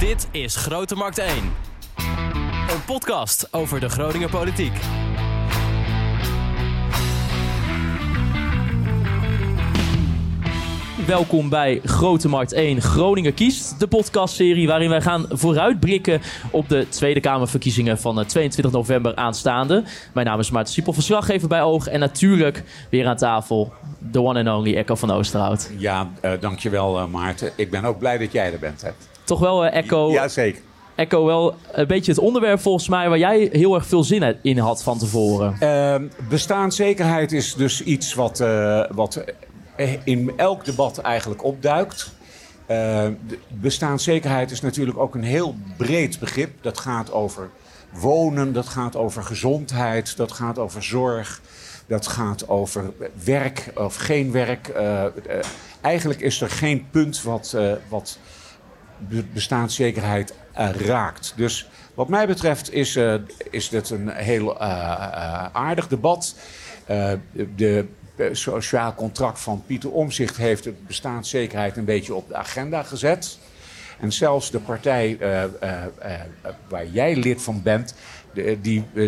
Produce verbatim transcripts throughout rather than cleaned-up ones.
Dit is Grote Markt één. Een podcast over de Groninger politiek. Welkom bij Grote Markt één Groningen kiest, de podcastserie waarin wij gaan vooruitblikken op de Tweede Kamerverkiezingen van tweeëntwintig november aanstaande. Mijn naam is Maarten Siepel, verslaggever bij Oog en natuurlijk weer aan tafel de one and only Ecco van Oosterhout. Ja, uh, dankjewel uh, Maarten. Ik ben ook blij dat jij er bent. Hè. Toch wel uh, Ecco... Ja, zeker. Ecco, wel een beetje het onderwerp volgens mij waar jij heel erg veel zin in had van tevoren. Uh, bestaanszekerheid is dus iets wat... Uh, wat in elk debat eigenlijk opduikt. Uh, bestaanszekerheid is natuurlijk ook een heel breed begrip. Dat gaat over wonen, dat gaat over gezondheid, dat gaat over zorg, dat gaat over werk of geen werk. Uh, uh, eigenlijk is er geen punt wat, uh, wat bestaanszekerheid uh, raakt. Dus wat mij betreft is, uh, is dit een heel uh, uh, aardig debat. Uh, de Het sociaal contract van Pieter Omtzigt heeft de bestaanszekerheid een beetje op de agenda gezet. En zelfs de partij uh, uh, uh, waar jij lid van bent, de, die uh,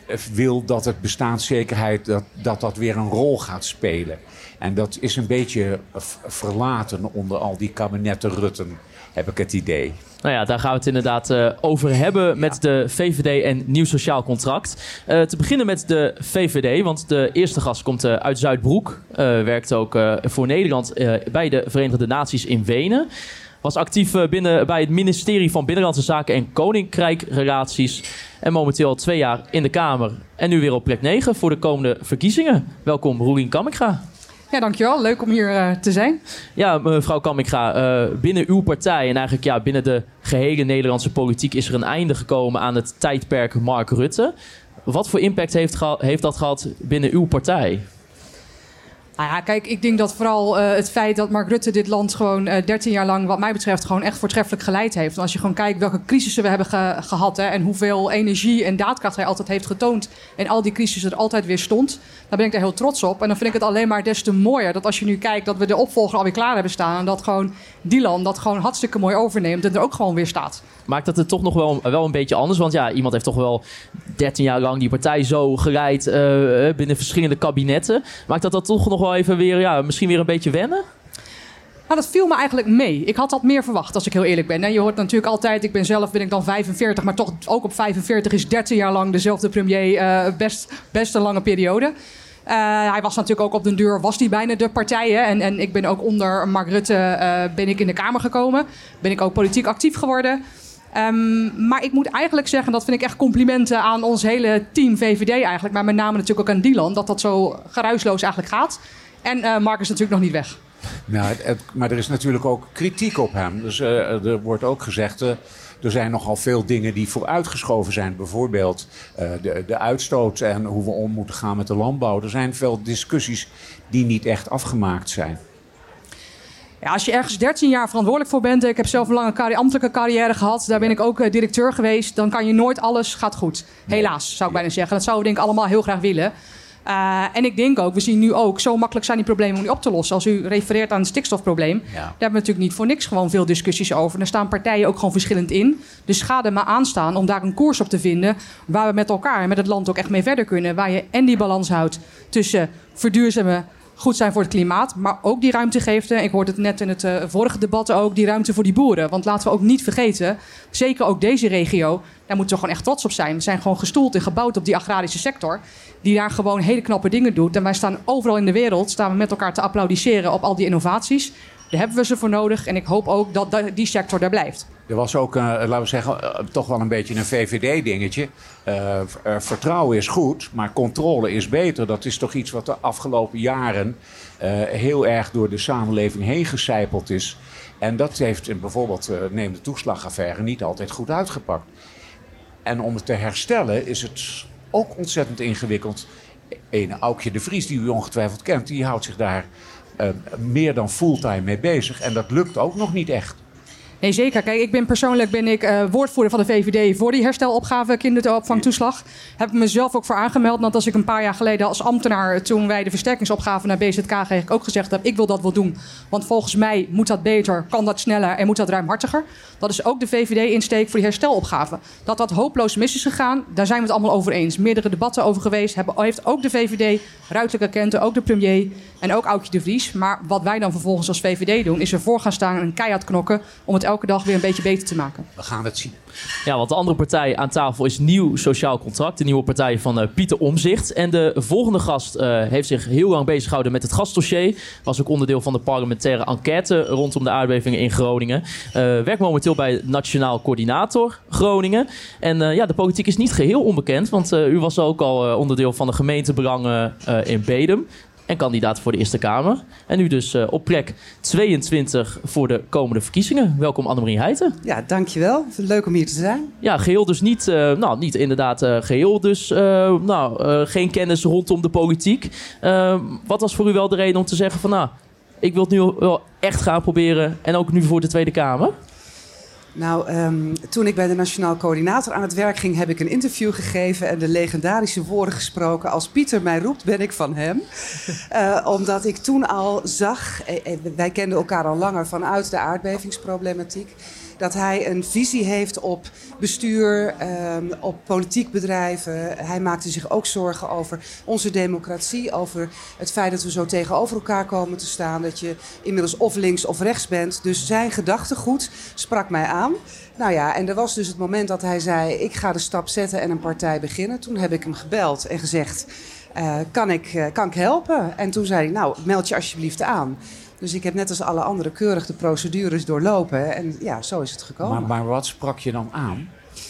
wil dat het bestaanszekerheid dat, dat dat weer een rol gaat spelen. En dat is een beetje verlaten onder al die kabinetten Rutten, heb ik het idee. Nou ja, daar gaan we het inderdaad uh, over hebben met ja. de V V D en Nieuw Sociaal Contract. Uh, te beginnen met de V V D, want de eerste gast komt uh, uit Zuidbroek. Uh, werkt ook uh, voor Nederland uh, bij de Verenigde Naties in Wenen. Was actief uh, binnen, bij het ministerie van Binnenlandse Zaken en Koninkrijkrelaties. En momenteel al twee jaar in de Kamer. En nu weer op plek negen voor de komende verkiezingen. Welkom, Roelien Kamminga. Ja, dankjewel. Leuk om hier uh, te zijn. Ja, mevrouw Kamminga, uh, binnen uw partij en eigenlijk ja, binnen de gehele Nederlandse politiek is er een einde gekomen aan het tijdperk Mark Rutte. Wat voor impact heeft, geha- heeft dat gehad binnen uw partij? Nou ja, kijk, ik denk dat vooral uh, het feit dat Mark Rutte dit land gewoon uh, dertien jaar lang, wat mij betreft, gewoon echt voortreffelijk geleid heeft. En als je gewoon kijkt welke crisissen we hebben ge- gehad hè, en hoeveel energie en daadkracht hij altijd heeft getoond en al die crisissen er altijd weer stond, dan ben ik daar heel trots op. En dan vind ik het alleen maar des te mooier dat als je nu kijkt dat we de opvolger alweer klaar hebben staan en dat gewoon die land dat gewoon hartstikke mooi overneemt en er ook gewoon weer staat. Maakt dat het toch nog wel, wel een beetje anders? Want ja, iemand heeft toch wel dertien jaar lang die partij zo geleid uh, binnen verschillende kabinetten. Maakt dat dat toch nog wel even weer, ja, misschien weer een beetje wennen? Nou, dat viel me eigenlijk mee. Ik had dat meer verwacht, als ik heel eerlijk ben. Je hoort natuurlijk altijd, ik ben zelf ben ik dan vijfenveertig, maar toch ook op vijfenveertig is dertien jaar lang dezelfde premier, uh, best, best een lange periode. Uh, hij was natuurlijk ook op den duur, was hij bijna de partij. Hè? En, en ik ben ook onder Mark Rutte uh, ben ik in de Kamer gekomen. Ben ik ook politiek actief geworden. Um, maar ik moet eigenlijk zeggen, dat vind ik echt complimenten aan ons hele team V V D eigenlijk. Maar met name natuurlijk ook aan Dylan, dat dat zo geruisloos eigenlijk gaat. En uh, Mark is natuurlijk nog niet weg. Nou, het, het, maar er is natuurlijk ook kritiek op hem. Dus uh, er wordt ook gezegd, uh, er zijn nogal veel dingen die vooruitgeschoven zijn. Bijvoorbeeld uh, de, de uitstoot en hoe we om moeten gaan met de landbouw. Er zijn veel discussies die niet echt afgemaakt zijn. Ja, als je ergens dertien jaar verantwoordelijk voor bent, ik heb zelf een lange carri- ambtelijke carrière gehad, daar ben ik ook uh, directeur geweest, dan kan je nooit alles gaat goed. Helaas, zou ik bijna zeggen. Dat zouden we denk ik allemaal heel graag willen. Uh, en ik denk ook, we zien nu ook, zo makkelijk zijn die problemen om die op te lossen. Als u refereert aan het stikstofprobleem, ja. Daar hebben we natuurlijk niet voor niks gewoon veel discussies over. Daar staan partijen ook gewoon verschillend in. Dus ga er maar aan staan om daar een koers op te vinden waar we met elkaar en met het land ook echt mee verder kunnen. Waar je en die balans houdt tussen verduurzamen, goed zijn voor het klimaat, maar ook die ruimte geeft, ik hoorde het net in het uh, vorige debat ook, die ruimte voor die boeren. Want laten we ook niet vergeten, zeker ook deze regio, daar moeten we gewoon echt trots op zijn. We zijn gewoon gestoeld en gebouwd op die agrarische sector, die daar gewoon hele knappe dingen doet. En wij staan overal in de wereld, staan we met elkaar te applaudisseren op al die innovaties. Daar hebben we ze voor nodig en ik hoop ook dat die sector daar blijft. Er was ook, uh, laten we zeggen, uh, toch wel een beetje een V V D-dingetje. Uh, uh, vertrouwen is goed, maar controle is beter. Dat is toch iets wat de afgelopen jaren uh, heel erg door de samenleving heen gecijpeld is. En dat heeft bijvoorbeeld, uh, neem de toeslagaffaire, niet altijd goed uitgepakt. En om het te herstellen is het ook ontzettend ingewikkeld. Ene Aukje de Vries, die u ongetwijfeld kent, die houdt zich daar uh, meer dan fulltime mee bezig. En dat lukt ook nog niet echt. Nee, zeker. Kijk, ik ben persoonlijk ben ik uh, woordvoerder van de V V D voor die herstelopgave kinderopvangtoeslag. Heb ik mezelf ook voor aangemeld. Want als ik een paar jaar geleden als ambtenaar, toen wij de versterkingsopgave naar B Z K kreeg, ik ook gezegd heb, ik wil dat wel doen. Want volgens mij moet dat beter, kan dat sneller en moet dat ruimhartiger. Dat is ook de V V D-insteek voor die herstelopgave. Dat dat hopeloos mis is gegaan, daar zijn we het allemaal over eens. Meerdere debatten over geweest, hebben, heeft ook de V V D ruidelijk erkend, ook de premier en ook Aukje de Vries. Maar wat wij dan vervolgens als V V D doen, is ervoor gaan staan en keihard knokken om het elke dag weer een beetje beter te maken. We gaan het zien. Ja, want de andere partij aan tafel is Nieuw Sociaal Contract. De nieuwe partij van uh, Pieter Omtzigt. En de volgende gast uh, heeft zich heel lang bezig gehouden met het gasdossier. Was ook onderdeel van de parlementaire enquête rondom de aardbevingen in Groningen. Uh, werkt momenteel bij Nationaal Coördinator Groningen. En uh, ja, de politiek is niet geheel onbekend. Want uh, u was ook al uh, onderdeel van de gemeentebelangen uh, in Bedum. En kandidaat voor de Eerste Kamer. En nu dus uh, op plek tweeëntwintig voor de komende verkiezingen. Welkom Annemarie Heijten. Ja, dankjewel. Leuk om hier te zijn. Ja, geheel dus niet, uh, nou niet inderdaad uh, geheel dus, uh, nou uh, geen kennis rondom de politiek. Uh, wat was voor u wel de reden om te zeggen van nou, ik wil het nu wel echt gaan proberen en ook nu voor de Tweede Kamer? Nou, um, toen ik bij de Nationaal Coördinator aan het werk ging, heb ik een interview gegeven en de legendarische woorden gesproken. Als Pieter mij roept, ben ik van hem. Uh, omdat ik toen al zag, eh, wij kenden elkaar al langer vanuit de aardbevingsproblematiek, dat hij een visie heeft op bestuur, um, op politiek bedrijven. Hij maakte zich ook zorgen over onze democratie, over het feit dat we zo tegenover elkaar komen te staan, dat je inmiddels of links of rechts bent. Dus zijn gedachtegoed sprak mij aan. Nou ja, en er was dus het moment dat hij zei, ik ga de stap zetten en een partij beginnen. Toen heb ik hem gebeld en gezegd, uh, kan, ik, uh, kan ik helpen? En toen zei hij, nou, meld je alsjeblieft aan. Dus ik heb net als alle anderen keurig de procedures doorlopen. En ja, zo is het gekomen. Maar, maar wat sprak je dan aan?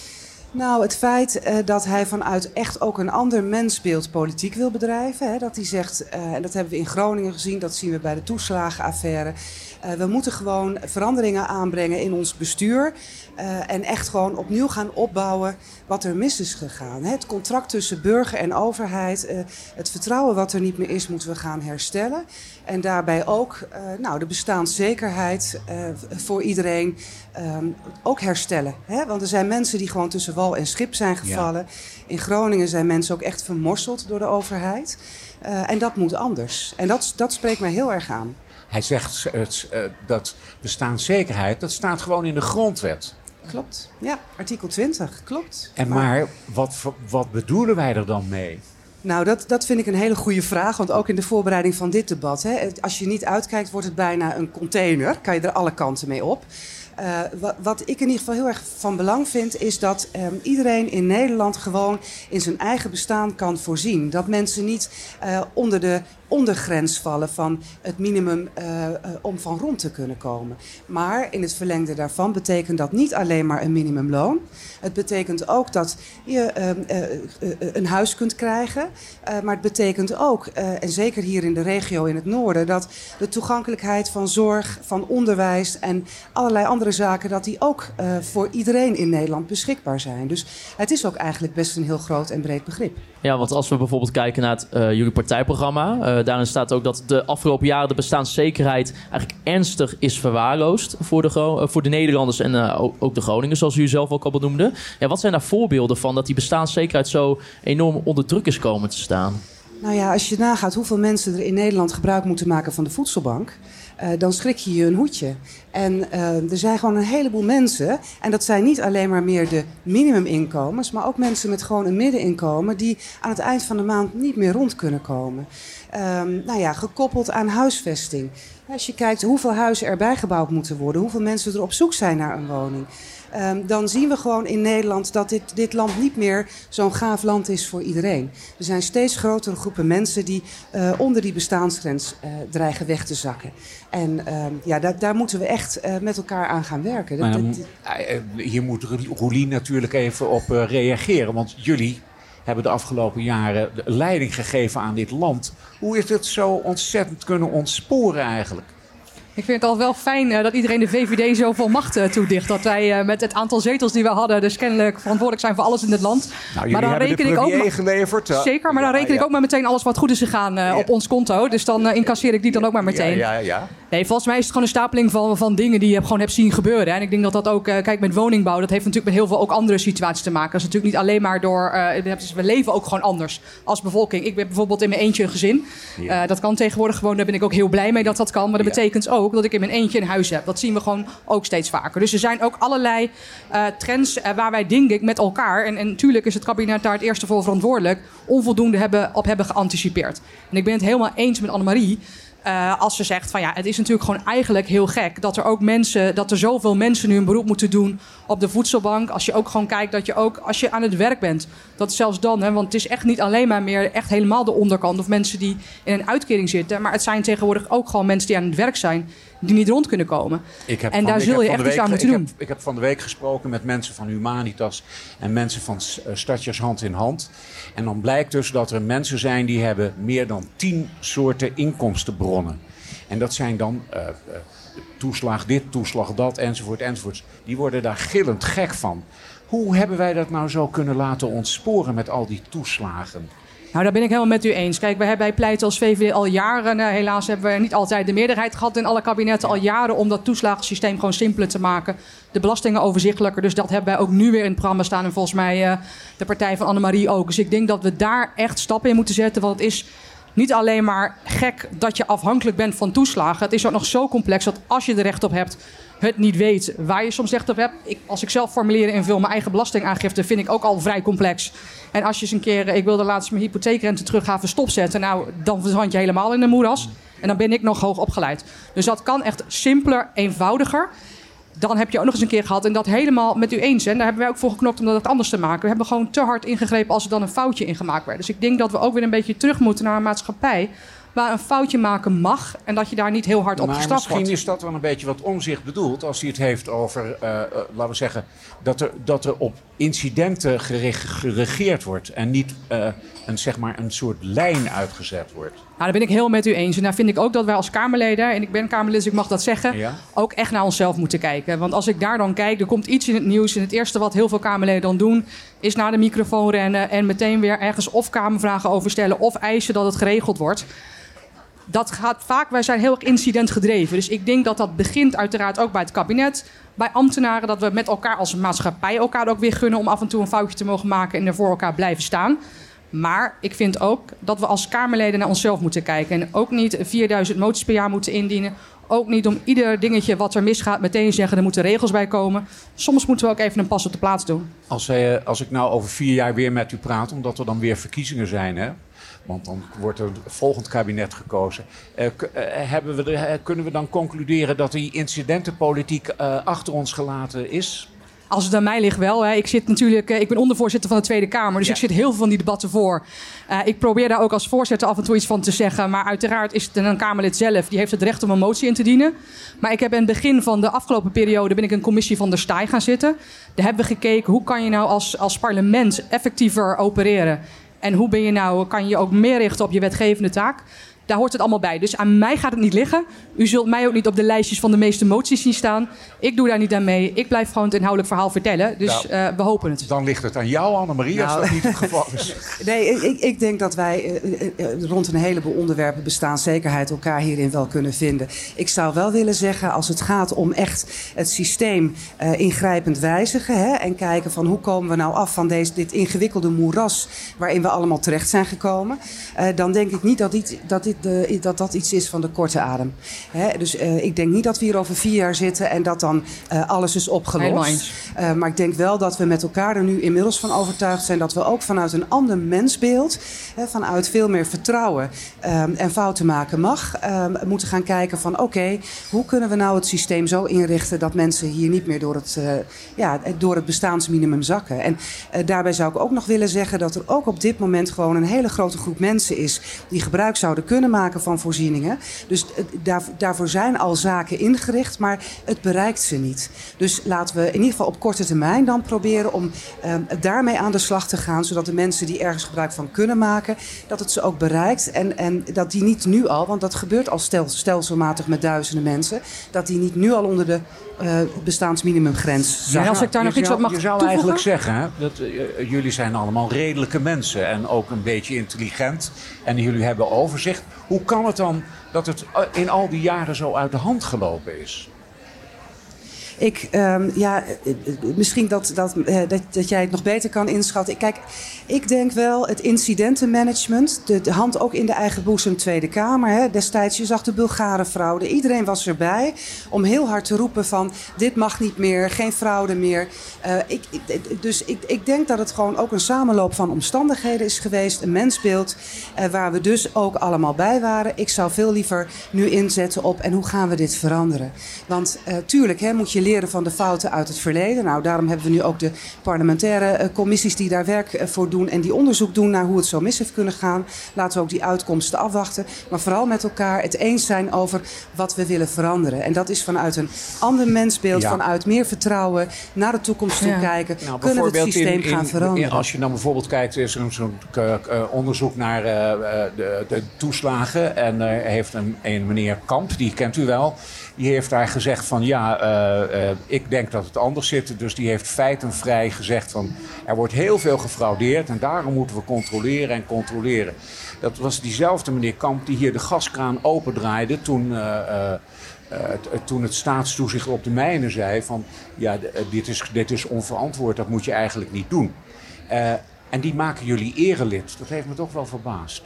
Nou, het feit uh, dat hij vanuit echt ook een ander mensbeeld politiek wil bedrijven. Hè, dat hij zegt, uh, en dat hebben we in Groningen gezien, dat zien we bij de toeslagenaffaire. Uh, we moeten gewoon veranderingen aanbrengen in ons bestuur. Uh, en echt gewoon opnieuw gaan opbouwen wat er mis is gegaan. Hè. Het contract tussen burger en overheid, uh, het vertrouwen wat er niet meer is, moeten we gaan herstellen. En daarbij ook uh, nou, de bestaanszekerheid uh, voor iedereen um, ook herstellen. Hè? Want er zijn mensen die gewoon tussen wal en schip zijn gevallen. Ja. In Groningen zijn mensen ook echt vermorseld door de overheid. Uh, en dat moet anders. En dat, dat spreekt mij heel erg aan. Hij zegt het, uh, dat bestaanszekerheid, dat staat gewoon in de grondwet. Klopt, ja, artikel twintig, klopt. En maar, wat, wat bedoelen wij er dan mee? Nou, dat, dat vind ik een hele goede vraag. Want ook in de voorbereiding van dit debat, hè, als je niet uitkijkt, wordt het bijna een container. Kan je er alle kanten mee op. Uh, wat, wat ik in ieder geval heel erg van belang vind, is dat um, iedereen in Nederland gewoon in zijn eigen bestaan kan voorzien. Dat mensen niet uh, onder de ondergrens vallen van het minimum uh, uh, om van rond te kunnen komen. Maar in het verlengde daarvan betekent dat niet alleen maar een minimumloon. Het betekent ook dat je uh, uh, uh, een huis kunt krijgen. Uh, maar het betekent ook, uh, en zeker hier in de regio in het noorden, dat de toegankelijkheid van zorg, van onderwijs en allerlei andere zaken, dat die ook uh, voor iedereen in Nederland beschikbaar zijn. Dus het is ook eigenlijk best een heel groot en breed begrip. Ja, want als we bijvoorbeeld kijken naar het, uh, jullie partijprogramma, uh, daarin staat ook dat de afgelopen jaren de bestaanszekerheid eigenlijk ernstig is verwaarloosd voor de, uh, voor de Nederlanders en uh, ook, ook de Groningers, zoals u zelf ook al benoemde. Ja, wat zijn daar voorbeelden van dat die bestaanszekerheid zo enorm onder druk is komen te staan? Nou ja, als je nagaat hoeveel mensen er in Nederland gebruik moeten maken van de voedselbank, Uh, dan schrik je je een hoedje. En uh, er zijn gewoon een heleboel mensen, en dat zijn niet alleen maar meer de minimuminkomens, maar ook mensen met gewoon een middeninkomen die aan het eind van de maand niet meer rond kunnen komen. Um, nou ja, gekoppeld aan huisvesting. Als je kijkt hoeveel huizen er bijgebouwd moeten worden, hoeveel mensen er op zoek zijn naar een woning, Um, dan zien we gewoon in Nederland dat dit, dit land niet meer zo'n gaaf land is voor iedereen. Er zijn steeds grotere groepen mensen die uh, onder die bestaansgrens uh, dreigen weg te zakken. En um, ja, da- daar moeten we echt uh, met elkaar aan gaan werken. Maar dan, dat, dat, hier moet Roelien natuurlijk even op uh, reageren, want jullie hebben de afgelopen jaren de leiding gegeven aan dit land. Hoe is het zo ontzettend kunnen ontsporen eigenlijk? Ik vind het al wel fijn uh, dat iedereen de V V D zoveel macht uh, toedicht. Dat wij uh, met het aantal zetels die we hadden dus kennelijk verantwoordelijk zijn voor alles in het land. Nou, jullie maar dan hebben reken de premier ik ook geleverd. Uh, zeker, maar dan reken ja, ik ja. ook maar meteen alles wat goed is gegaan uh, ja. op ons konto. Dus dan uh, incasseer ik die dan ook maar meteen. Ja, ja, ja. Nee, volgens mij is het gewoon een stapeling van, van dingen die je gewoon hebt zien gebeuren. En ik denk dat dat ook, uh, kijk, met woningbouw, dat heeft natuurlijk met heel veel ook andere situaties te maken. Dat is natuurlijk niet alleen maar door, uh, we leven ook gewoon anders als bevolking. Ik ben bijvoorbeeld in mijn eentje een gezin. Ja. Uh, dat kan tegenwoordig gewoon, daar ben ik ook heel blij mee dat dat kan. Maar dat ja. betekent ook dat ik in mijn eentje een huis heb. Dat zien we gewoon ook steeds vaker. Dus er zijn ook allerlei uh, trends uh, waar wij denk ik met elkaar, en, en natuurlijk is het kabinet daar het eerste voor verantwoordelijk, onvoldoende hebben, op hebben geanticipeerd. En ik ben het helemaal eens met Annemarie. Uh, als ze zegt van ja, het is natuurlijk gewoon eigenlijk heel gek dat er ook mensen, dat er zoveel mensen nu een beroep moeten doen op de voedselbank. Als je ook gewoon kijkt dat je ook, als je aan het werk bent, dat is zelfs dan, hè, want het is echt niet alleen maar meer echt helemaal de onderkant of mensen die in een uitkering zitten, maar het zijn tegenwoordig ook gewoon mensen die aan het werk zijn, die niet rond kunnen komen. Ik heb en van, daar ik zul heb je van echt de iets week, aan moeten ik doen. Heb, ik heb van de week gesproken met mensen van Humanitas en mensen van uh, Stadjers Hand in Hand. En dan blijkt dus dat er mensen zijn die hebben meer dan tien soorten inkomstenbronnen. En dat zijn dan uh, uh, toeslag dit, toeslag dat, enzovoort, enzovoort. Die worden daar gillend gek van. Hoe hebben wij dat nou zo kunnen laten ontsporen met al die toeslagen? Nou, daar ben ik helemaal met u eens. Kijk, wij, hebben, wij pleiten als V V D al jaren. Uh, helaas hebben we niet altijd de meerderheid gehad in alle kabinetten. Al jaren om dat toeslagensysteem gewoon simpeler te maken. De belastingen overzichtelijker. Dus dat hebben wij ook nu weer in het programma staan. En volgens mij uh, de partij van Annemarie ook. Dus ik denk dat we daar echt stappen in moeten zetten. Want het is niet alleen maar gek dat je afhankelijk bent van toeslagen. Het is ook nog zo complex dat als je er recht op hebt, het niet weet waar je soms recht op hebt. Ik, als ik zelf formulieren invul, mijn eigen belastingaangifte, vind ik ook al vrij complex. En als je eens een keer, ik wilde laatst mijn hypotheekrente teruggaven stopzetten, nou, dan verzand je helemaal in een moeras. En dan ben ik nog hoog opgeleid. Dus dat kan echt simpeler, eenvoudiger. Dan heb je ook nog eens een keer gehad, en dat helemaal met u eens. En daar hebben wij ook voor geknopt om dat anders te maken. We hebben gewoon te hard ingegrepen als er dan een foutje in gemaakt werd. Dus ik denk dat we ook weer een beetje terug moeten naar een maatschappij waar een foutje maken mag en dat je daar niet heel hard op gestraft wordt. Maar misschien is dat wel een beetje wat Omtzigt bedoelt als hij het heeft over, uh, uh, laten we zeggen, dat er, dat er op incidenten geregeerd wordt en niet uh, een, zeg maar, een soort lijn uitgezet wordt. Nou, daar ben ik heel met u eens. En daar vind ik ook dat wij als Kamerleden, en ik ben Kamerlid, dus ik mag dat zeggen, ja, ook echt naar onszelf moeten kijken. Want als ik daar dan kijk, er komt iets in het nieuws. En het eerste wat heel veel Kamerleden dan doen, is naar de microfoon rennen en meteen weer ergens of Kamervragen over stellen of eisen dat het geregeld wordt. Dat gaat vaak, wij zijn heel erg incidentgedreven. Dus ik denk dat dat begint uiteraard ook bij het kabinet, bij ambtenaren, dat we met elkaar als maatschappij elkaar ook weer gunnen om af en toe een foutje te mogen maken en er voor elkaar blijven staan. Maar ik vind ook dat we als Kamerleden naar onszelf moeten kijken. En ook niet vierduizend moties per jaar moeten indienen. Ook niet om ieder dingetje wat er misgaat meteen zeggen, er moeten regels bij komen. Soms moeten we ook even een pas op de plaats doen. Als, uh, als ik nou over vier jaar weer met u praat, omdat er dan weer verkiezingen zijn, hè? Want dan wordt er een volgend kabinet gekozen. Uh, k- uh, hebben we de, uh, kunnen we dan concluderen dat die incidentenpolitiek uh, achter ons gelaten is? Als het aan mij ligt wel. Hè. Ik zit natuurlijk, ik ben ondervoorzitter van de Tweede Kamer. Dus ja, ik zit heel veel van die debatten voor. Uh, ik probeer daar ook als voorzitter af en toe iets van te zeggen. Maar uiteraard is het een Kamerlid zelf. Die heeft het recht om een motie in te dienen. Maar ik heb in het begin van de afgelopen periode ben ik in een commissie van der Staaij gaan zitten. Daar hebben we gekeken hoe kan je nou als, als parlement effectiever opereren. En hoe ben je nou, kan je ook meer richten op je wetgevende taak. Daar hoort het allemaal bij. Dus aan mij gaat het niet liggen. U zult mij ook niet op de lijstjes van de meeste moties zien staan. Ik doe daar niet aan mee. Ik blijf gewoon het inhoudelijk verhaal vertellen. Dus nou, uh, we hopen het. Dan ligt het aan jou, Annemarie, nou, als dat niet het geval is. Nee, ik, ik denk dat wij uh, uh, rond een heleboel onderwerpen bestaanszekerheid elkaar hierin wel kunnen vinden. Ik zou wel willen zeggen, als het gaat om echt het systeem uh, ingrijpend wijzigen, hè, en kijken van hoe komen we nou af van deze, dit ingewikkelde moeras waarin we allemaal terecht zijn gekomen, uh, dan denk ik niet dat dit, dat dit De, dat dat iets is van de korte adem. He, dus uh, ik denk niet dat we hier over vier jaar zitten en dat dan uh, alles is opgelost. Uh, maar ik denk wel dat we met elkaar er nu inmiddels van overtuigd zijn dat we ook vanuit een ander mensbeeld, he, vanuit veel meer vertrouwen um, en fouten maken mag, um, moeten gaan kijken van oké, okay, hoe kunnen we nou het systeem zo inrichten dat mensen hier niet meer door het, uh, ja, door het bestaansminimum zakken. En uh, daarbij zou ik ook nog willen zeggen dat er ook op dit moment gewoon een hele grote groep mensen is die gebruik zouden kunnen maken van voorzieningen. Dus uh, daar, daarvoor zijn al zaken ingericht, maar het bereikt ze niet. Dus laten we in ieder geval op korte termijn dan proberen om uh, daarmee aan de slag te gaan, zodat de mensen die ergens gebruik van kunnen maken, dat het ze ook bereikt en, en dat die niet nu al, want dat gebeurt al stel, stelselmatig met duizenden mensen, dat die niet nu al onder de uh, bestaansminimumgrens zijn. Ja, als ik daar nog iets op mag Je zou toevoegen? eigenlijk zeggen, hè, dat uh, jullie zijn allemaal redelijke mensen en ook een beetje intelligent en jullie hebben overzicht. Hoe kan het dan dat het in al die jaren zo uit de hand gelopen is? Ik, um, ja, misschien dat, dat, uh, dat, dat jij het nog beter kan inschatten. Kijk, ik denk wel het incidentenmanagement, de, de hand ook in de eigen boezem Tweede Kamer. Hè. Destijds, je zag de Bulgarenfraude. Iedereen was erbij om heel hard te roepen van dit mag niet meer, geen fraude meer. Uh, ik, dus ik, ik denk dat het gewoon ook een samenloop van omstandigheden is geweest. Een mensbeeld uh, waar we dus ook allemaal bij waren. Ik zou veel liever nu inzetten op en hoe gaan we dit veranderen? Want uh, tuurlijk hè, moet je leren van de fouten uit het verleden. Nou, daarom hebben we nu ook de parlementaire uh, commissies die daar werk uh, voor doen en die onderzoek doen naar hoe het zo mis heeft kunnen gaan. Laten we ook die uitkomsten afwachten. Maar vooral met elkaar het eens zijn over wat we willen veranderen. En dat is vanuit een ander mensbeeld, ja. vanuit meer vertrouwen naar de toekomst toe ja. kijken. Nou, kunnen we het systeem in, in, gaan veranderen. In, als je dan bijvoorbeeld kijkt, er is zo'n zo uh, uh, onderzoek naar uh, de, de toeslagen. En uh, heeft een, een meneer Kamp, die kent u wel. Die heeft daar gezegd van ja, uh, uh, ik denk dat het anders zit. Dus die heeft feitenvrij gezegd van er wordt heel veel gefraudeerd en daarom moeten we controleren en controleren. Dat was diezelfde meneer Kamp die hier de gaskraan opendraaide toen, uh, uh, uh, t- toen het staatstoezicht op de mijnen zei van ja, d- dit is, dit is onverantwoord, dat moet je eigenlijk niet doen. Uh, en die maken jullie erelid. Dat heeft me toch wel verbaasd.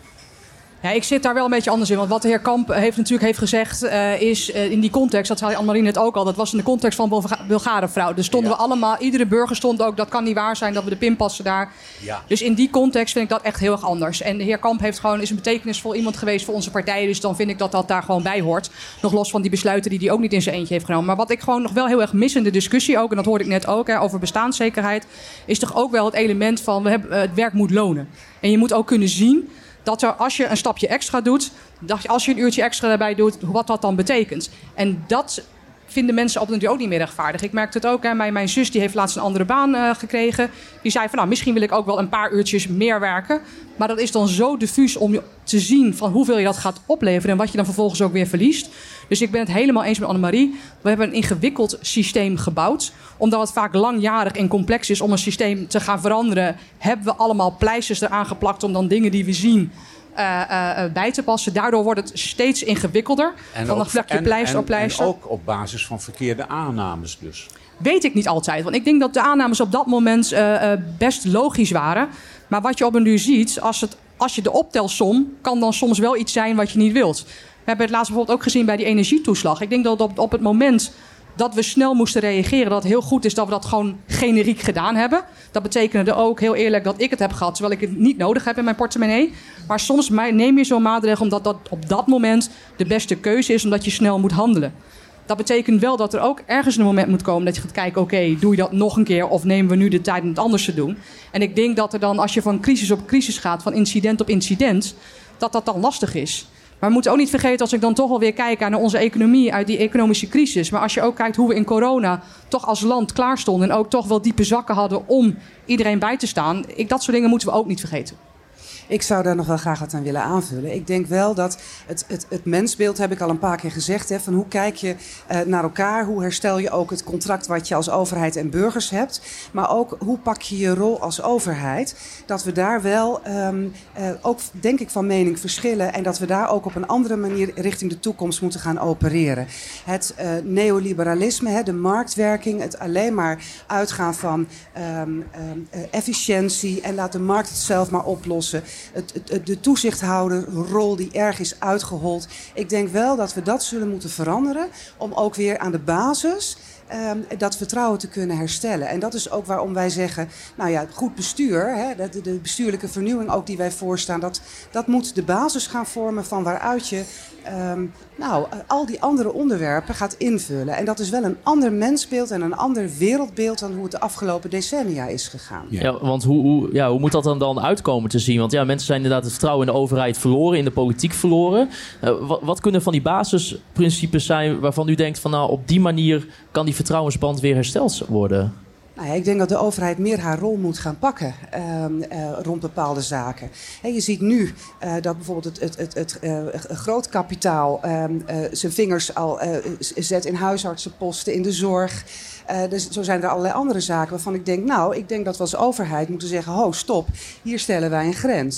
Ja, ik zit daar wel een beetje anders in. Want wat de heer Kamp heeft natuurlijk heeft gezegd uh, is uh, in die context, dat zei Anne-Marie net ook al, dat was in de context van Bulga- Bulgarenfraude. Dus stonden ja. we allemaal, iedere burger stond ook, dat kan niet waar zijn dat we de pinpassen daar. Ja. Dus in die context vind ik dat echt heel erg anders. En de heer Kamp heeft gewoon, is een betekenisvol iemand geweest voor onze partij. Dus dan vind ik dat dat daar gewoon bij hoort. Nog los van die besluiten die hij ook niet in zijn eentje heeft genomen. Maar wat ik gewoon nog wel heel erg mis in de discussie ook, en dat hoorde ik net ook, hè, over bestaanszekerheid, is toch ook wel het element van we hebben, uh, het werk moet lonen. En je moet ook kunnen zien dat er, als je een stapje extra doet, dat als je een uurtje extra erbij doet, wat dat dan betekent. En dat vinden mensen op de natuurlijk ook niet meer rechtvaardig. Ik merkte het ook, hè, mijn, mijn zus die heeft laatst een andere baan uh, gekregen. Die zei van nou, misschien wil ik ook wel een paar uurtjes meer werken. Maar dat is dan zo diffuus om te zien van hoeveel je dat gaat opleveren en wat je dan vervolgens ook weer verliest. Dus ik ben het helemaal eens met Anne-Marie. We hebben een ingewikkeld systeem gebouwd. Omdat het vaak langjarig en complex is om een systeem te gaan veranderen, hebben we allemaal pleisters eraan geplakt om dan dingen die we zien Uh, uh, bij te passen. Daardoor wordt het steeds ingewikkelder. En van ook, een vlakje en, pleister en, op pleister. En ook op basis van verkeerde aannames dus. Weet ik niet altijd. Want ik denk dat de aannames op dat moment uh, uh, best logisch waren. Maar wat je op een duur ziet, als, het, als je de optelsom, kan dan soms wel iets zijn wat je niet wilt. We hebben het laatst bijvoorbeeld ook gezien bij die energietoeslag. Ik denk dat op, op het moment dat we snel moesten reageren, dat het heel goed is dat we dat gewoon generiek gedaan hebben. Dat betekende ook heel eerlijk dat ik het heb gehad, terwijl ik het niet nodig heb in mijn portemonnee. Maar soms neem je zo'n maatregel omdat dat op dat moment de beste keuze is, omdat je snel moet handelen. Dat betekent wel dat er ook ergens een moment moet komen dat je gaat kijken, oké, okay, doe je dat nog een keer of nemen we nu de tijd om het anders te doen? En ik denk dat er dan, als je van crisis op crisis gaat, van incident op incident, dat dat dan lastig is. Maar we moeten ook niet vergeten, als ik dan toch alweer kijk naar onze economie uit die economische crisis. Maar als je ook kijkt hoe we in corona toch als land klaar stonden en ook toch wel diepe zakken hadden om iedereen bij te staan. Ik, dat soort dingen moeten we ook niet vergeten. Ik zou daar nog wel graag wat aan willen aanvullen. Ik denk wel dat het, het, het mensbeeld, heb ik al een paar keer gezegd, hè, van hoe kijk je uh, naar elkaar, hoe herstel je ook het contract wat je als overheid en burgers hebt, maar ook hoe pak je je rol als overheid, dat we daar wel um, uh, ook denk ik van mening verschillen en dat we daar ook op een andere manier richting de toekomst moeten gaan opereren. Het uh, neoliberalisme, hè, de marktwerking, het alleen maar uitgaan van um, um, uh, efficiëntie en laat de markt het zelf maar oplossen. Het, het, de toezichthouderrol die erg is uitgehold. Ik denk wel dat we dat zullen moeten veranderen om ook weer aan de basis Um, dat vertrouwen te kunnen herstellen. En dat is ook waarom wij zeggen, nou ja, goed bestuur, hè, de, de bestuurlijke vernieuwing ook die wij voorstaan, dat, dat moet de basis gaan vormen van waaruit je um, nou, al die andere onderwerpen gaat invullen. En dat is wel een ander mensbeeld en een ander wereldbeeld dan hoe het de afgelopen decennia is gegaan. Ja, ja want hoe, hoe, ja, hoe moet dat dan, dan uitkomen te zien? Want ja, mensen zijn inderdaad het vertrouwen in de overheid verloren, in de politiek verloren. Uh, wat, wat kunnen van die basisprincipes zijn waarvan u denkt van nou, op die manier kan die vertrouwensband weer hersteld worden? Nou ja, ik denk dat de overheid meer haar rol moet gaan pakken uh, uh, rond bepaalde zaken. He, je ziet nu uh, dat bijvoorbeeld het, het, het, het uh, groot kapitaal uh, uh, zijn vingers al uh, zet in huisartsenposten, in de zorg. Uh, dus zo zijn er allerlei andere zaken waarvan ik denk, nou, ik denk dat we als overheid moeten zeggen, ho, stop, hier stellen wij een grens.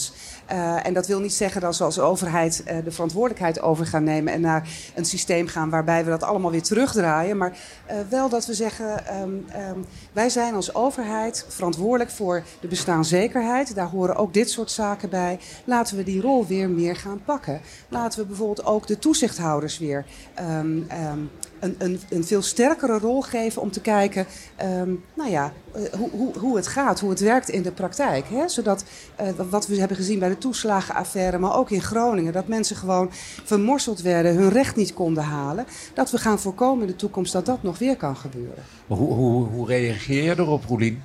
Uh, en dat wil niet zeggen dat we als overheid uh, de verantwoordelijkheid over gaan nemen en naar een systeem gaan waarbij we dat allemaal weer terugdraaien. Maar uh, wel dat we zeggen, um, um, wij zijn als overheid verantwoordelijk voor de bestaanszekerheid. Daar horen ook dit soort zaken bij. Laten we die rol weer meer gaan pakken. Laten we bijvoorbeeld ook de toezichthouders weer um, um, Een, een, een veel sterkere rol geven om te kijken um, nou ja, uh, hoe, hoe, hoe het gaat, hoe het werkt in de praktijk. Hè? Zodat uh, wat we hebben gezien bij de toeslagenaffaire, maar ook in Groningen, dat mensen gewoon vermorseld werden, hun recht niet konden halen. Dat we gaan voorkomen in de toekomst dat dat nog weer kan gebeuren. Maar hoe, hoe, hoe reageer je erop, Roelien?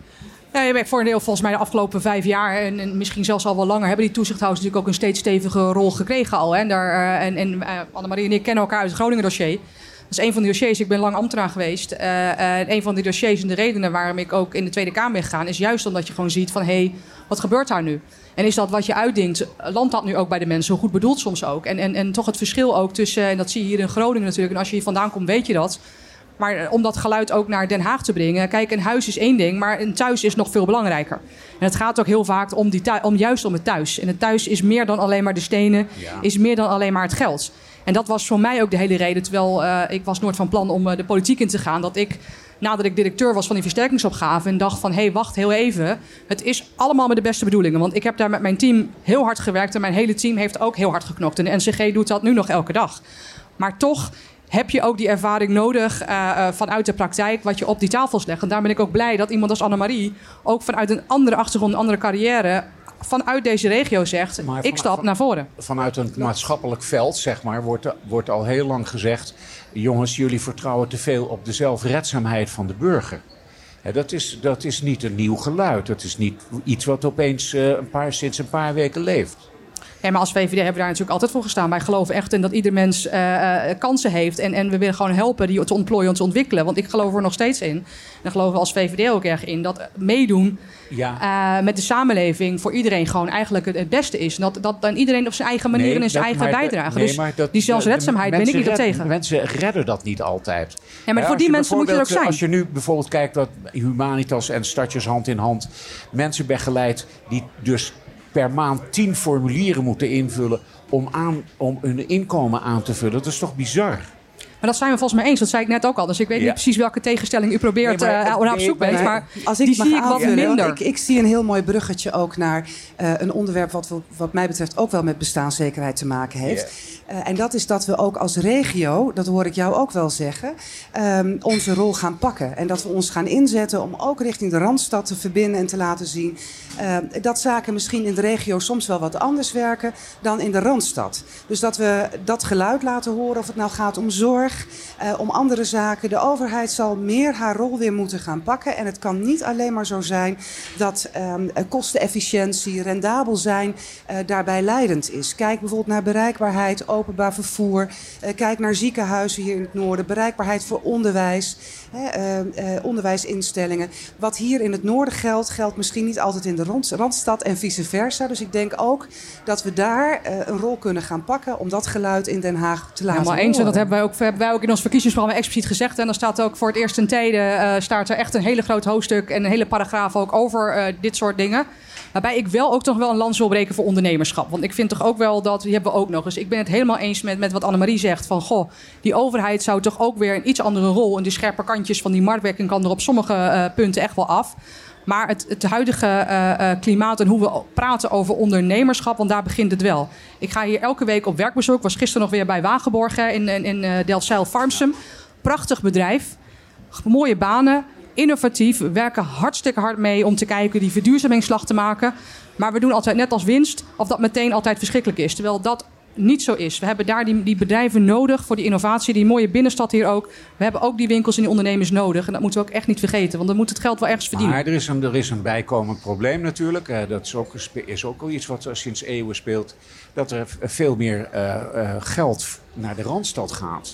Ja, voor een deel volgens mij de afgelopen vijf jaar en, en misschien zelfs al wel langer hebben die toezichthouders natuurlijk ook een steeds stevige rol gekregen al. Hè? En, daar, uh, en, en uh, Annemarie en ik kennen elkaar uit het Groningen dossier. Dat is een van de dossiers. Ik ben lang ambtenaar geweest. Uh, uh, een van die dossiers en de redenen waarom ik ook in de Tweede Kamer ben gegaan is juist omdat je gewoon ziet van hé, hey, wat gebeurt daar nu? En is dat wat je uitdenkt, landt dat nu ook bij de mensen? Goed bedoeld soms ook. En, en, en toch het verschil ook tussen, en dat zie je hier in Groningen natuurlijk, en als je hier vandaan komt weet je dat. Maar om dat geluid ook naar Den Haag te brengen. Kijk, een huis is één ding, maar een thuis is nog veel belangrijker. En het gaat ook heel vaak om, die thuis, om juist om het thuis. En het thuis is meer dan alleen maar de stenen, ja. is meer dan alleen maar het geld. En dat was voor mij ook de hele reden, terwijl uh, ik was nooit van plan om uh, de politiek in te gaan, dat ik, nadat ik directeur was van die versterkingsopgave en dacht van, hé, hey, wacht heel even. Het is allemaal met de beste bedoelingen. Want ik heb daar met mijn team heel hard gewerkt en mijn hele team heeft ook heel hard geknokt. En de N C G doet dat nu nog elke dag. Maar toch heb je ook die ervaring nodig uh, uh, vanuit de praktijk, wat je op die tafels legt. En daar ben ik ook blij dat iemand als Annemarie ook vanuit een andere achtergrond, een andere carrière, vanuit deze regio zegt, maar ik van, stap van, naar voren. Vanuit een maatschappelijk veld, zeg maar, wordt, wordt al heel lang gezegd, jongens, jullie vertrouwen te veel op de zelfredzaamheid van de burger. He, dat, is, dat is niet een nieuw geluid. Dat is niet iets wat opeens uh, een paar, sinds een paar weken leeft. Ja, maar als V V D hebben we daar natuurlijk altijd voor gestaan. Wij geloven echt in dat ieder mens uh, uh, kansen heeft. En, en we willen gewoon helpen die te ontplooien en te ontwikkelen. Want ik geloof er nog steeds in. En daar geloven we als V V D ook erg in. Dat meedoen ja. uh, met de samenleving voor iedereen gewoon eigenlijk het, het beste is. En dat, dat dan iedereen op zijn eigen manier nee, en in zijn dat, eigen bijdrage. Nee, dus dat, die zelfredzaamheid ben ik niet op tegen. Mensen redden dat niet altijd. Ja, maar ja, voor die mensen moet je er ook zijn. Als je nu bijvoorbeeld kijkt dat Humanitas en Stadjes hand in hand mensen begeleidt die dus per maand tien formulieren moeten invullen om, aan, om hun inkomen aan te vullen. Dat is toch bizar? Maar dat zijn we volgens mij eens. Dat zei ik net ook al. Dus ik weet ja. niet precies welke tegenstelling u probeert nee, maar, uh, naar op zoek bent. Nee, maar als ik die zie ik wat ja, minder. Ik, ik zie een heel mooi bruggetje ook naar uh, een onderwerp wat, we, wat mij betreft ook wel met bestaanszekerheid te maken heeft. Yeah. Uh, en dat is dat we ook als regio, dat hoor ik jou ook wel zeggen, um, onze rol gaan pakken. En dat we ons gaan inzetten om ook richting de Randstad te verbinden en te laten zien uh, dat zaken misschien in de regio soms wel wat anders werken dan in de Randstad. Dus dat we dat geluid laten horen, of het nou gaat om zorg, Uh, om andere zaken. De overheid zal meer haar rol weer moeten gaan pakken. En het kan niet alleen maar zo zijn dat um, kostenefficiëntie, rendabel zijn, uh, daarbij leidend is. Kijk bijvoorbeeld naar bereikbaarheid, openbaar vervoer. Uh, kijk naar ziekenhuizen hier in het noorden. Bereikbaarheid voor onderwijs, hè, uh, uh, onderwijsinstellingen. Wat hier in het noorden geldt, geldt misschien niet altijd in de Randstad en vice versa. Dus ik denk ook dat we daar uh, een rol kunnen gaan pakken om dat geluid in Den Haag te laten horen. Ja, maar eens, en dat hebben wij ook hebben wij ook in ons verkiezingsprogramma expliciet gezegd. En dan staat ook voor het eerst in tijden uh, staat er echt een hele groot hoofdstuk en een hele paragraaf ook over uh, dit soort dingen. Waarbij ik wel ook toch wel een lans wil breken voor ondernemerschap. Want ik vind toch ook wel dat, die hebben we ook nog. Dus ik ben het helemaal eens met, met wat Annemarie zegt. Van goh, die overheid zou toch ook weer een iets andere rol. En die scherpe kantjes van die marktwerking kan er op sommige uh, punten echt wel af. Maar het, het huidige uh, uh, klimaat en hoe we praten over ondernemerschap, want daar begint het wel. Ik ga hier elke week op werkbezoek. Was gisteren nog weer bij Wagenborg in, in, in uh, Delfzijl-Farmsum. Prachtig bedrijf. Mooie banen. Innovatief. We werken hartstikke hard mee om te kijken die verduurzamingsslag te maken. Maar we doen altijd net als winst of dat meteen altijd verschrikkelijk is. Terwijl dat niet zo is. We hebben daar die, die bedrijven nodig voor die innovatie. Die mooie binnenstad hier ook. We hebben ook die winkels en die ondernemers nodig. En dat moeten we ook echt niet vergeten. Want dan moet het geld wel ergens verdienen. Maar er is een, er is een bijkomend probleem natuurlijk. Uh, dat is ook, is ook al iets wat sinds eeuwen speelt. Dat er veel meer uh, uh, geld naar de Randstad gaat.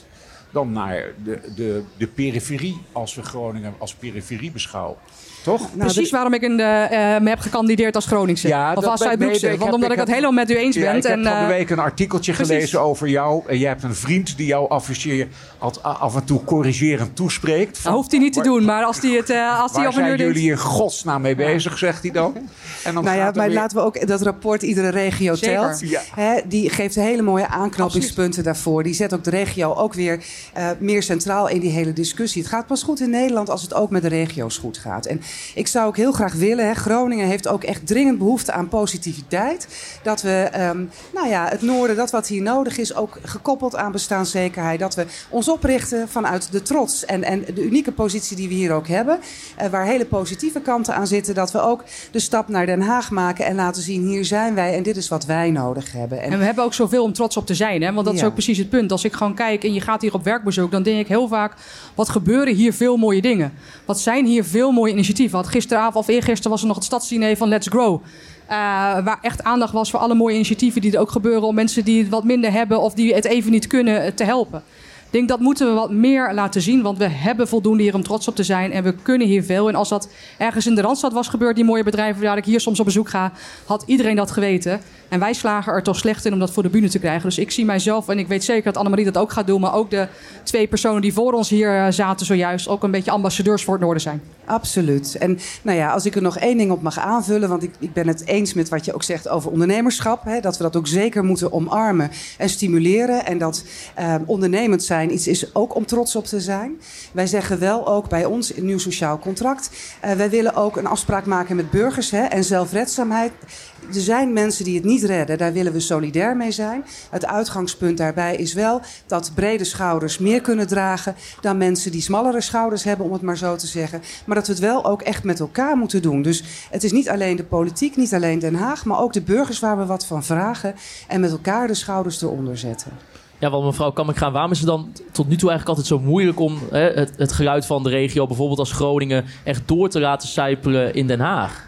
dan naar de, de, de periferie, als we Groningen als periferie beschouwen. Toch? Nou, Precies waarom ik in de, uh, me heb gekandideerd als Groningse. Ja, of als Zuid-Broekse. nee, Want heb, omdat ik, ik het helemaal met u eens ja, ben. Ik en, heb van de uh, week een artikeltje precies. gelezen over jou. En jij hebt een vriend die jou afficheer, af en toe corrigerend toespreekt. Van, dat hoeft hij niet te waar, doen, maar als hij het uh, als waar hij zijn jullie denkt, in godsnaam mee bezig, zegt hij dan. En dan nou ja, gaat maar weer... laten we ook dat rapport Iedere Regio Zeker. Telt. Ja. Hè, die geeft hele mooie aanknopingspunten Absoluut. daarvoor. Die zet ook de regio ook weer uh, meer centraal in die hele discussie. Het gaat pas goed in Nederland als het ook met de regio's goed gaat. En ik zou ook heel graag willen, hè, Groningen heeft ook echt dringend behoefte aan positiviteit. Dat we, um, nou ja, het noorden, dat wat hier nodig is, ook gekoppeld aan bestaanszekerheid. Dat we ons oprichten vanuit de trots en, en de unieke positie die we hier ook hebben. Uh, waar hele positieve kanten aan zitten. Dat we ook de stap naar Den Haag maken en laten zien, hier zijn wij en dit is wat wij nodig hebben. En, en we hebben ook zoveel om trots op te zijn. Hè? Want dat ja. is ook precies het punt. Als ik gewoon kijk en je gaat hier op werkbezoek, dan denk ik heel vaak, wat gebeuren hier veel mooie dingen. Wat zijn hier veel mooie initiatieven. Want gisteravond of eergisteren was er nog het stadsdiner van Let's Grow. Uh, waar echt aandacht was voor alle mooie initiatieven die er ook gebeuren om mensen die het wat minder hebben of die het even niet kunnen te helpen. Ik denk dat moeten we wat meer laten zien, want we hebben voldoende hier om trots op te zijn en we kunnen hier veel. En als dat ergens in de Randstad was gebeurd, die mooie bedrijven waar ik hier soms op bezoek ga, had iedereen dat geweten. En wij slagen er toch slecht in om dat voor de bühne te krijgen. Dus ik zie mijzelf, en ik weet zeker dat Annemarie dat ook gaat doen, maar ook de twee personen die voor ons hier zaten zojuist ook een beetje ambassadeurs voor het noorden zijn. Absoluut. En nou ja, als ik er nog één ding op mag aanvullen, want ik, ik ben het eens met wat je ook zegt over ondernemerschap. Hè, dat we dat ook zeker moeten omarmen en stimuleren. En dat uh, ondernemend zijn iets is ook om trots op te zijn. Wij zeggen wel ook bij ons in Nieuw Sociaal Contract, uh, wij willen ook een afspraak maken met burgers, hè, en zelfredzaamheid. Er zijn mensen die het niet redden, daar willen we solidair mee zijn. Het uitgangspunt daarbij is wel dat brede schouders meer kunnen dragen dan mensen die smallere schouders hebben, om het maar zo te zeggen. Maar dat we het wel ook echt met elkaar moeten doen. Dus het is niet alleen de politiek, niet alleen Den Haag, maar ook de burgers waar we wat van vragen en met elkaar de schouders eronder zetten. Ja, want mevrouw Kammergraan, waarom is het dan tot nu toe eigenlijk altijd zo moeilijk om hè, het, het geluid van de regio, bijvoorbeeld als Groningen, echt door te laten sijpelen in Den Haag?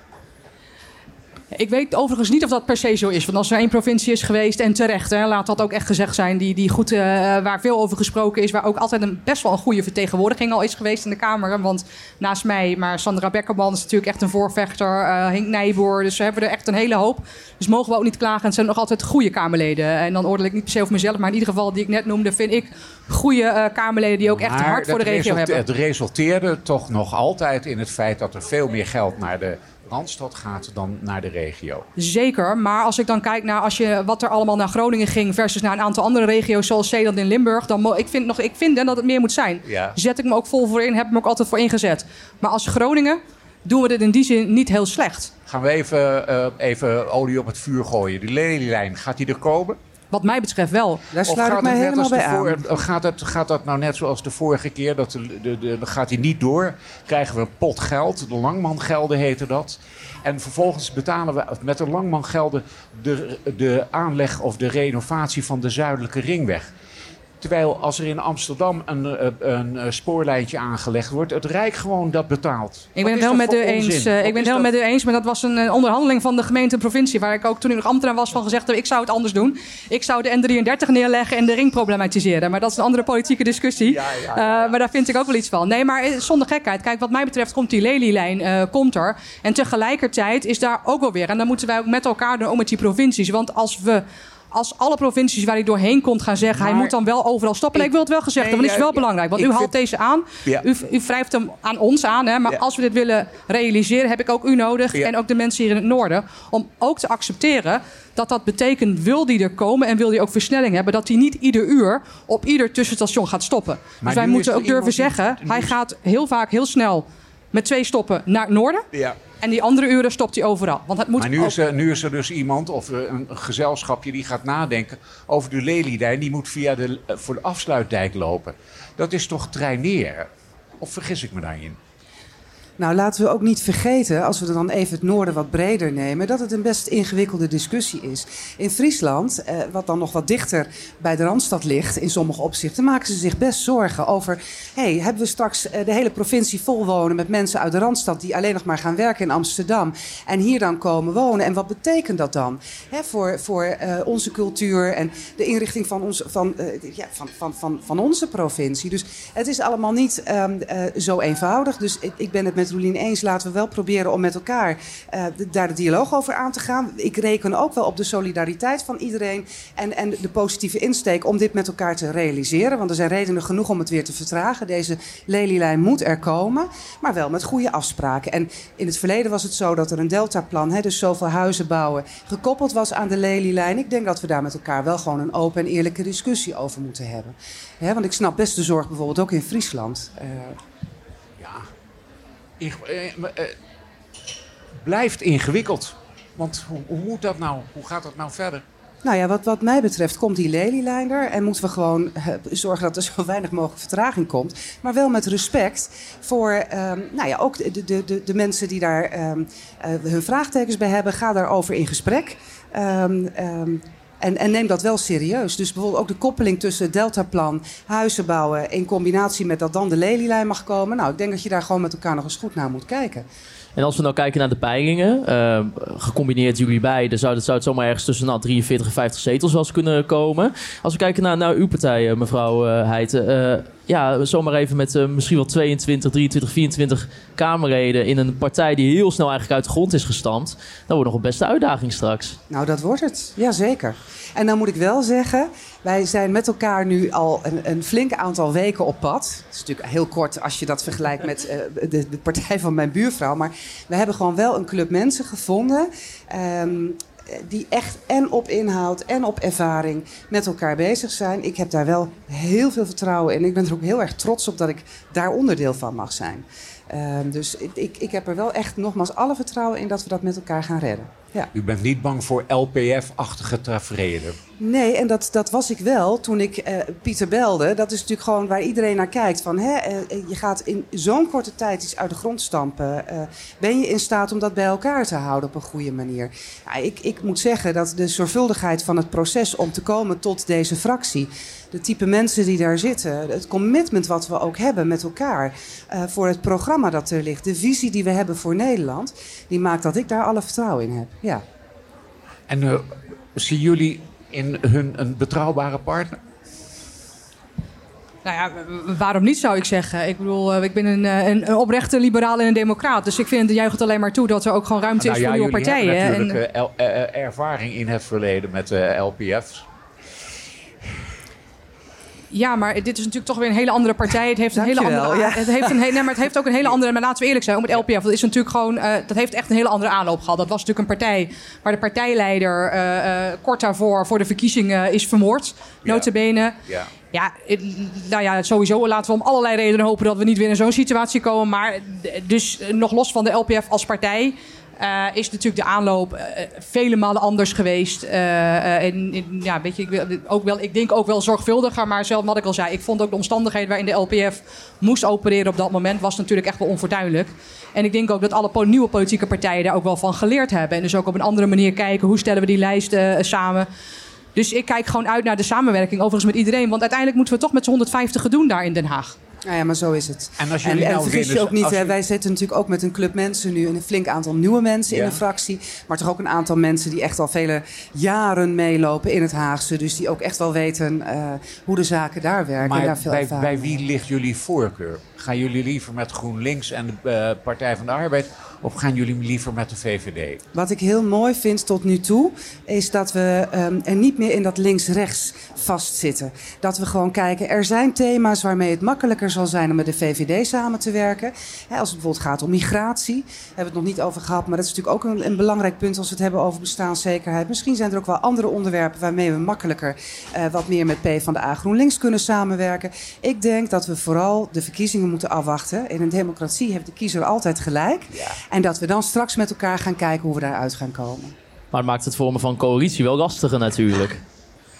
Ik weet overigens niet of dat per se zo is. Want als er één provincie is geweest, en terecht, hè, laat dat ook echt gezegd zijn, die, die goed, uh, waar veel over gesproken is, waar ook altijd een, best wel een goede vertegenwoordiging al is geweest in de Kamer. Want naast mij, maar Sandra Bekkerman is natuurlijk echt een voorvechter, uh, Henk Nijboer, dus we hebben er echt een hele hoop. Dus mogen we ook niet klagen. En het zijn nog altijd goede Kamerleden. En dan oordeel ik niet per se over mezelf, maar in ieder geval die ik net noemde, vind ik goede uh, Kamerleden die ook echt maar hard voor de regio hebben. Het resulteerde toch nog altijd in het feit dat er veel meer geld naar de Randstad gaat dan naar de regio. Zeker, maar als ik dan kijk naar als je, wat er allemaal naar Groningen ging versus naar een aantal andere regio's zoals Zeeland en Limburg, dan mo- ik vind nog, ik vind hè, dat het meer moet zijn. Ja. Zet ik me ook vol voor in, heb ik me ook altijd voor ingezet. Maar als Groningen doen we dit in die zin niet heel slecht. Gaan we even, uh, even olie op het vuur gooien. Die lelielijn, gaat die er komen? Wat mij betreft wel. Daar sluit ik mij helemaal bij aan. Voor, gaat, het, gaat dat nou net zoals de vorige keer? Dat de, de, de, gaat hij niet door? Krijgen we een pot geld? De Langmangelden heette dat. En vervolgens betalen we met de Langmangelden de, de aanleg of de renovatie van de Zuidelijke Ringweg. Terwijl als er in Amsterdam een, een, een spoorlijntje aangelegd wordt, het Rijk gewoon dat betaalt. Ik ben het wel met u eens. Uh, ik ben het helemaal met u eens, maar dat was een, een onderhandeling van de gemeente en provincie, waar ik ook toen ik nog ambtenaar was van gezegd heb, ik zou het anders doen. Ik zou de N drieëndertig neerleggen en de ring problematiseren. Maar dat is een andere politieke discussie. Ja, ja, ja, ja. Uh, maar daar vind ik ook wel iets van. Nee, maar zonder gekheid. Kijk, wat mij betreft komt die lelielijn uh, komt er. En tegelijkertijd is daar ook wel weer, en dan moeten wij ook met elkaar doen, ook met die provincies. Want als we Als alle provincies waar hij doorheen komt gaan zeggen, maar hij moet dan wel overal stoppen. Nee, ik wil het wel gezegd hebben, want het is wel ja, belangrijk. Want u haalt vind, deze aan. Ja. U, u wrijft hem aan ons aan. Hè, maar ja. als we dit willen realiseren, heb ik ook u nodig. Ja. En ook de mensen hier in het noorden. Om ook te accepteren dat dat betekent, wil die er komen en wil die ook versnelling hebben, dat hij niet ieder uur op ieder tussenstation gaat stoppen. Maar dus wij moeten ook durven zeggen, die, hij gaat heel vaak heel snel met twee stoppen naar het noorden. Ja. En die andere uren stopt hij overal. Want het moet maar nu is, er, nu is er dus iemand of een gezelschapje die gaat nadenken over de lelielijn. Die moet via de, voor de afsluitdijk lopen. Dat is toch treineren? Of vergis ik me daarin? Nou, laten we ook niet vergeten, als we dan even het noorden wat breder nemen, dat het een best ingewikkelde discussie is. In Friesland, eh, wat dan nog wat dichter bij de Randstad ligt, in sommige opzichten, maken ze zich best zorgen over, hey, hebben we straks eh, de hele provincie vol wonen met mensen uit de Randstad die alleen nog maar gaan werken in Amsterdam en hier dan komen wonen? En wat betekent dat dan hè, voor, voor uh, onze cultuur en de inrichting van, ons, van, uh, ja, van, van, van, van onze provincie? Dus het is allemaal niet um, uh, zo eenvoudig. Dus ik, ik ben het met Roelien eens. Laten we wel proberen om met elkaar uh, de, daar de dialoog over aan te gaan. Ik reken ook wel op de solidariteit van iedereen en, en de positieve insteek om dit met elkaar te realiseren. Want er zijn redenen genoeg om het weer te vertragen. Deze lelielijn moet er komen, maar wel met goede afspraken. En in het verleden was het zo dat er een deltaplan, hè, dus zoveel huizen bouwen, gekoppeld was aan de lelielijn. Ik denk dat we daar met elkaar wel gewoon een open en eerlijke discussie over moeten hebben. Hè, want ik snap best de zorg bijvoorbeeld ook in Friesland. Uh, ja, in, uh, uh, blijft ingewikkeld. Want hoe, hoe moet dat nou? Hoe gaat dat nou verder? Nou ja, wat, wat mij betreft komt die lelielijn er en moeten we gewoon uh, zorgen dat er zo weinig mogelijk vertraging komt. Maar wel met respect voor um, nou ja, ook de, de, de, de mensen die daar um, uh, hun vraagtekens bij hebben. Ga daarover in gesprek. Um, um, En, en neem dat wel serieus. Dus bijvoorbeeld ook de koppeling tussen het deltaplan, huizen bouwen in combinatie met dat dan de lelielijn mag komen. Nou, ik denk dat je daar gewoon met elkaar nog eens goed naar moet kijken. En als we nou kijken naar de peilingen, uh, gecombineerd jullie beiden, zou het, zou het zomaar ergens tussen nou, drieënveertig en vijftig zetels wel eens kunnen komen. Als we kijken naar, naar uw partij, mevrouw uh, Heijten, uh, ja, zomaar even met uh, misschien wel tweeëntwintig, drieëntwintig, vierentwintig Kamerleden in een partij die heel snel eigenlijk uit de grond is gestampt. Dat wordt nog een beste uitdaging straks. Nou, dat wordt het. Jazeker. En dan moet ik wel zeggen, wij zijn met elkaar nu al een, een flink aantal weken op pad. Het is natuurlijk heel kort als je dat vergelijkt met uh, de, de partij van mijn buurvrouw. Maar we hebben gewoon wel een club mensen gevonden Um, die echt en op inhoud en op ervaring met elkaar bezig zijn. Ik heb daar wel heel veel vertrouwen in. Ik ben er ook heel erg trots op dat ik daar onderdeel van mag zijn. Uh, dus ik, ik heb er wel echt nogmaals alle vertrouwen in dat we dat met elkaar gaan redden. Ja. U bent niet bang voor L P F-achtige taferelen? Nee, en dat, dat was ik wel toen ik uh, Pieter belde. Dat is natuurlijk gewoon waar iedereen naar kijkt. Van, hè, uh, je gaat in zo'n korte tijd iets uit de grond stampen. Uh, ben je in staat om dat bij elkaar te houden op een goede manier? Ja, ik, ik moet zeggen dat de zorgvuldigheid van het proces om te komen tot deze fractie, de type mensen die daar zitten, het commitment wat we ook hebben met elkaar uh, voor het programma dat er ligt, de visie die we hebben voor Nederland, die maakt dat ik daar alle vertrouwen in heb. Ja. En uh, zien jullie in hun een betrouwbare partner? Nou ja, waarom niet zou ik zeggen. Ik bedoel, ik ben een, een, een oprechte liberaal en een democraat. Dus ik vind het juicht alleen maar toe dat er ook gewoon ruimte nou, is ja, voor nieuwe partijen. Jullie hebben natuurlijk en, uh, uh, uh, ervaring in het verleden met uh, L P F's. Ja, maar dit is natuurlijk toch weer een hele andere partij. Het heeft een hele andere. Ja. Het heeft een hele, nee, maar het heeft ook een hele andere. Maar laten we eerlijk zijn, om het L P F, dat is natuurlijk gewoon. Uh, dat heeft echt een hele andere aanloop gehad. Dat was natuurlijk een partij waar de partijleider uh, uh, kort daarvoor voor de verkiezingen is vermoord. Ja. Nota bene. Ja. Ja, het, nou ja, sowieso laten we om allerlei redenen hopen dat we niet weer in zo'n situatie komen. Maar dus nog los van de L P F als partij. Uh, is natuurlijk de aanloop uh, vele malen anders geweest. Uh, uh, en, en, ja, weet je, ik, ook wel, ik denk ook wel zorgvuldiger. Maar zelf wat ik al zei, ik vond ook de omstandigheden waarin de L P F moest opereren op dat moment was natuurlijk echt wel onfortuinlijk. En ik denk ook dat alle po- nieuwe politieke partijen daar ook wel van geleerd hebben. En dus ook op een andere manier kijken, hoe stellen we die lijst uh, samen. Dus ik kijk gewoon uit naar de samenwerking overigens met iedereen. Want uiteindelijk moeten we toch met z'n honderdvijftig doen daar in Den Haag. Nou ja, maar zo is het. En, als en, jullie en nou vergis je willen, ook niet, als hè, je... wij zitten natuurlijk ook met een club mensen nu... en een flink aantal nieuwe mensen ja. in de fractie. Maar toch ook een aantal mensen die echt al vele jaren meelopen in het Haagse. Dus die ook echt wel weten uh, hoe de zaken daar werken. Maar en daar veel bij, ervaring bij wie ligt jullie voorkeur? Gaan jullie liever met GroenLinks en de uh, Partij van de Arbeid... of gaan jullie liever met de V V D? Wat ik heel mooi vind tot nu toe, is dat we um, er niet meer in dat links-rechts vastzitten. Dat we gewoon kijken, er zijn thema's waarmee het makkelijker zal zijn om met de V V D samen te werken. He, als het bijvoorbeeld gaat om migratie, daar hebben we het nog niet over gehad, maar dat is natuurlijk ook een, een belangrijk punt als we het hebben over bestaanszekerheid. Misschien zijn er ook wel andere onderwerpen waarmee we makkelijker uh, wat meer met PvdA GroenLinks kunnen samenwerken. Ik denk dat we vooral de verkiezingen moeten afwachten. In een democratie heeft de kiezer altijd gelijk. Ja. En dat we dan straks met elkaar gaan kijken hoe we daaruit gaan komen. Maar het maakt het vormen van coalitie wel lastiger natuurlijk.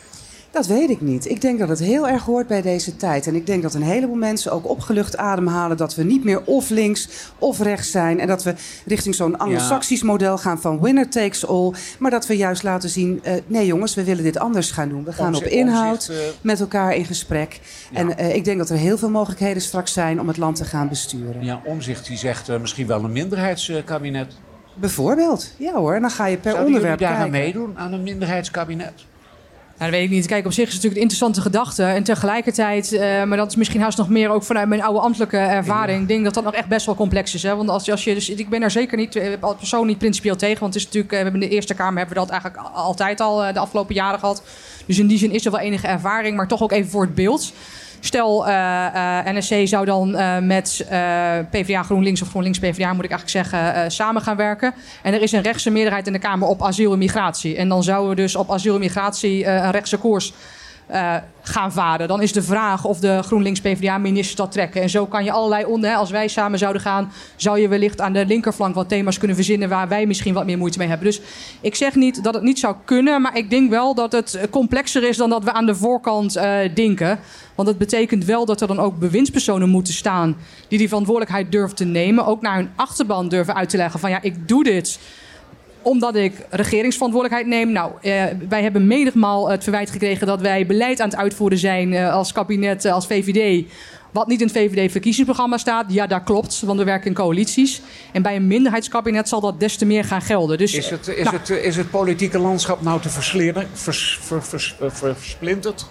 Dat weet ik niet. Ik denk dat het heel erg hoort bij deze tijd. En ik denk dat een heleboel mensen ook opgelucht ademhalen dat we niet meer of links of rechts zijn. En dat we richting zo'n anglo-saxisch model gaan van winner takes all. Maar dat we juist laten zien, uh, nee jongens, we willen dit anders gaan doen. We gaan Omzicht, op inhoud omzicht, uh... met elkaar in gesprek. Ja. En uh, ik denk dat er heel veel mogelijkheden straks zijn om het land te gaan besturen. Ja, Omzicht die zegt uh, misschien wel een minderheidskabinet. Bijvoorbeeld, ja hoor. En dan ga je per Zouden onderwerp jullie daar kijken. aan meedoen, aan een minderheidskabinet? Nou, dat weet ik niet. Kijk, op zich is het natuurlijk een interessante gedachte. En tegelijkertijd, uh, maar dat is misschien haast nog meer ook vanuit mijn oude ambtelijke ervaring. Ja. Ik denk dat dat nog echt best wel complex is. Hè? Want als, als je, dus, ik ben er zeker niet, als persoon niet principieel tegen. Want het is natuurlijk, we hebben in de Eerste Kamer hebben we dat eigenlijk altijd al de afgelopen jaren gehad. Dus in die zin is er wel enige ervaring. Maar toch ook even voor het beeld. Stel, uh, uh, N S C zou dan uh, met uh, PvdA GroenLinks of GroenLinks PvdA, moet ik eigenlijk zeggen, uh, samen gaan werken. En er is een rechtse meerderheid in de Kamer op asiel en migratie. En dan zouden we dus op asiel en migratie uh, een rechtse koers uh, gaan varen. Dan is de vraag of de GroenLinks PvdA-ministers dat trekken. En zo kan je allerlei onder. Als wij samen zouden gaan, zou je wellicht aan de linkerflank wat thema's kunnen verzinnen waar wij misschien wat meer moeite mee hebben. Dus ik zeg niet dat het niet zou kunnen, maar ik denk wel dat het complexer is dan dat we aan de voorkant uh, denken. Want het betekent wel dat er dan ook bewindspersonen moeten staan die die verantwoordelijkheid durven te nemen. Ook naar hun achterban durven uit te leggen van ja, ik doe dit omdat ik regeringsverantwoordelijkheid neem. Nou, eh, wij hebben menigmaal het verwijt gekregen dat wij beleid aan het uitvoeren zijn uh, als kabinet, uh, als V V D. Wat niet in het V V D-verkiezingsprogramma staat. Ja, dat klopt, want we werken in coalities. En bij een minderheidskabinet zal dat des te meer gaan gelden. Dus, is, het, is, nou, het, is het politieke landschap nou te verslinden, vers, vers, vers, vers, versplinterd?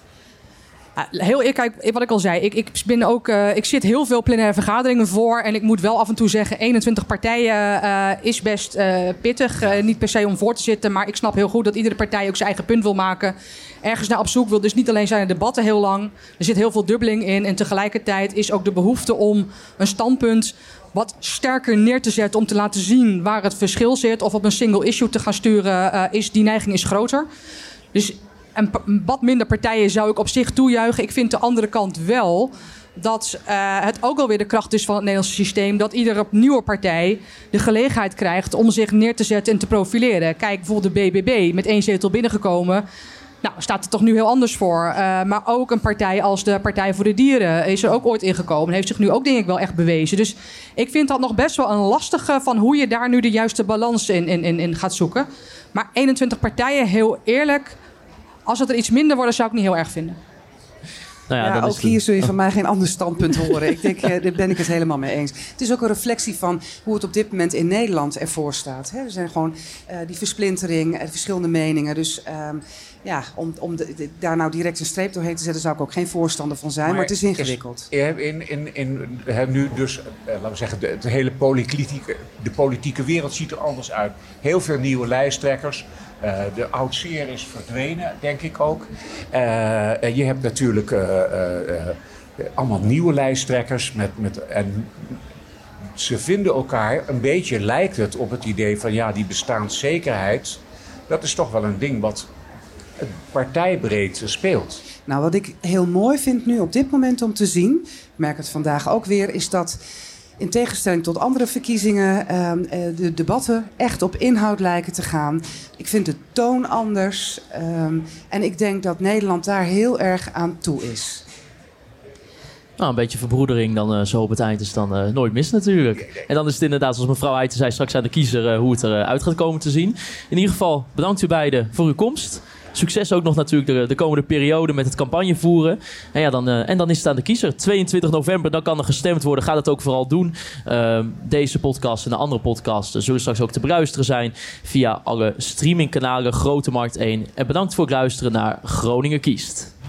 Heel, kijk, wat ik al zei, ik, ik, ben ook, uh, ik zit heel veel plenaire vergaderingen voor. En ik moet wel af en toe zeggen, eenentwintig partijen uh, is best uh, pittig. Uh, niet per se om voor te zitten, maar ik snap heel goed dat iedere partij ook zijn eigen punt wil maken. Ergens naar op zoek wil. Dus niet alleen zijn de debatten heel lang. Er zit heel veel dubbeling in. En tegelijkertijd is ook de behoefte om een standpunt wat sterker neer te zetten om te laten zien waar het verschil zit. Of op een single issue te gaan sturen, uh, is, die neiging is groter. Dus en wat minder partijen zou ik op zich toejuichen. Ik vind de andere kant wel dat uh, het ook alweer de kracht is van het Nederlandse systeem dat iedere nieuwe partij de gelegenheid krijgt om zich neer te zetten en te profileren. Kijk, bijvoorbeeld de B B B, met één zetel binnengekomen. Nou, staat er toch nu heel anders voor. Uh, maar ook een partij als de Partij voor de Dieren is er ook ooit ingekomen. En heeft zich nu ook, denk ik, wel echt bewezen. Dus ik vind dat nog best wel een lastige van hoe je daar nu de juiste balans in, in, in, in gaat zoeken. Maar eenentwintig partijen, heel eerlijk, als het er iets minder worden, zou ik niet heel erg vinden. Nou ja, ja, dan ook is hier het... zul je van mij geen ander standpunt horen. Ik denk, uh, daar ben ik het helemaal mee eens. Het is ook een reflectie van hoe het op dit moment in Nederland ervoor staat. Hè? Er zijn gewoon uh, die versplintering, uh, verschillende meningen. Dus um, ja, om, om de, de, daar nou direct een streep doorheen te zetten, zou ik ook geen voorstander van zijn. Maar, maar het is ingewikkeld. Is, in, in, in, in, nu dus, uh, laten we zeggen, de, de hele politieke, de politieke wereld ziet er anders uit. Heel veel nieuwe lijsttrekkers. Uh, de oud-zeer is verdwenen, denk ik ook. Uh, en je hebt natuurlijk uh, uh, uh, allemaal nieuwe lijsttrekkers. Met, met, en ze vinden elkaar, een beetje lijkt het op het idee van ja, die bestaanszekerheid. Dat is toch wel een ding wat partijbreed speelt. Nou, wat ik heel mooi vind nu op dit moment om te zien, ik merk het vandaag ook weer, is dat in tegenstelling tot andere verkiezingen uh, de debatten echt op inhoud lijken te gaan. Ik vind de toon anders. Um, en ik denk dat Nederland daar heel erg aan toe is. Nou, een beetje verbroedering dan uh, zo op het eind is dan uh, nooit mis natuurlijk. En dan is het inderdaad, zoals mevrouw Heijten zei, straks aan de kiezer uh, hoe het eruit uh, gaat komen te zien. In ieder geval bedankt u beiden voor uw komst. Succes ook nog natuurlijk de, de komende periode met het campagne voeren. En, ja, dan, uh, en dan is het aan de kiezer. tweeëntwintig november, dan kan er gestemd worden. Ga dat ook vooral doen. Uh, deze podcast en de andere podcasts zullen straks ook te beluisteren zijn via alle streamingkanalen Grote Markt één. En bedankt voor het luisteren naar Groningen Kiest.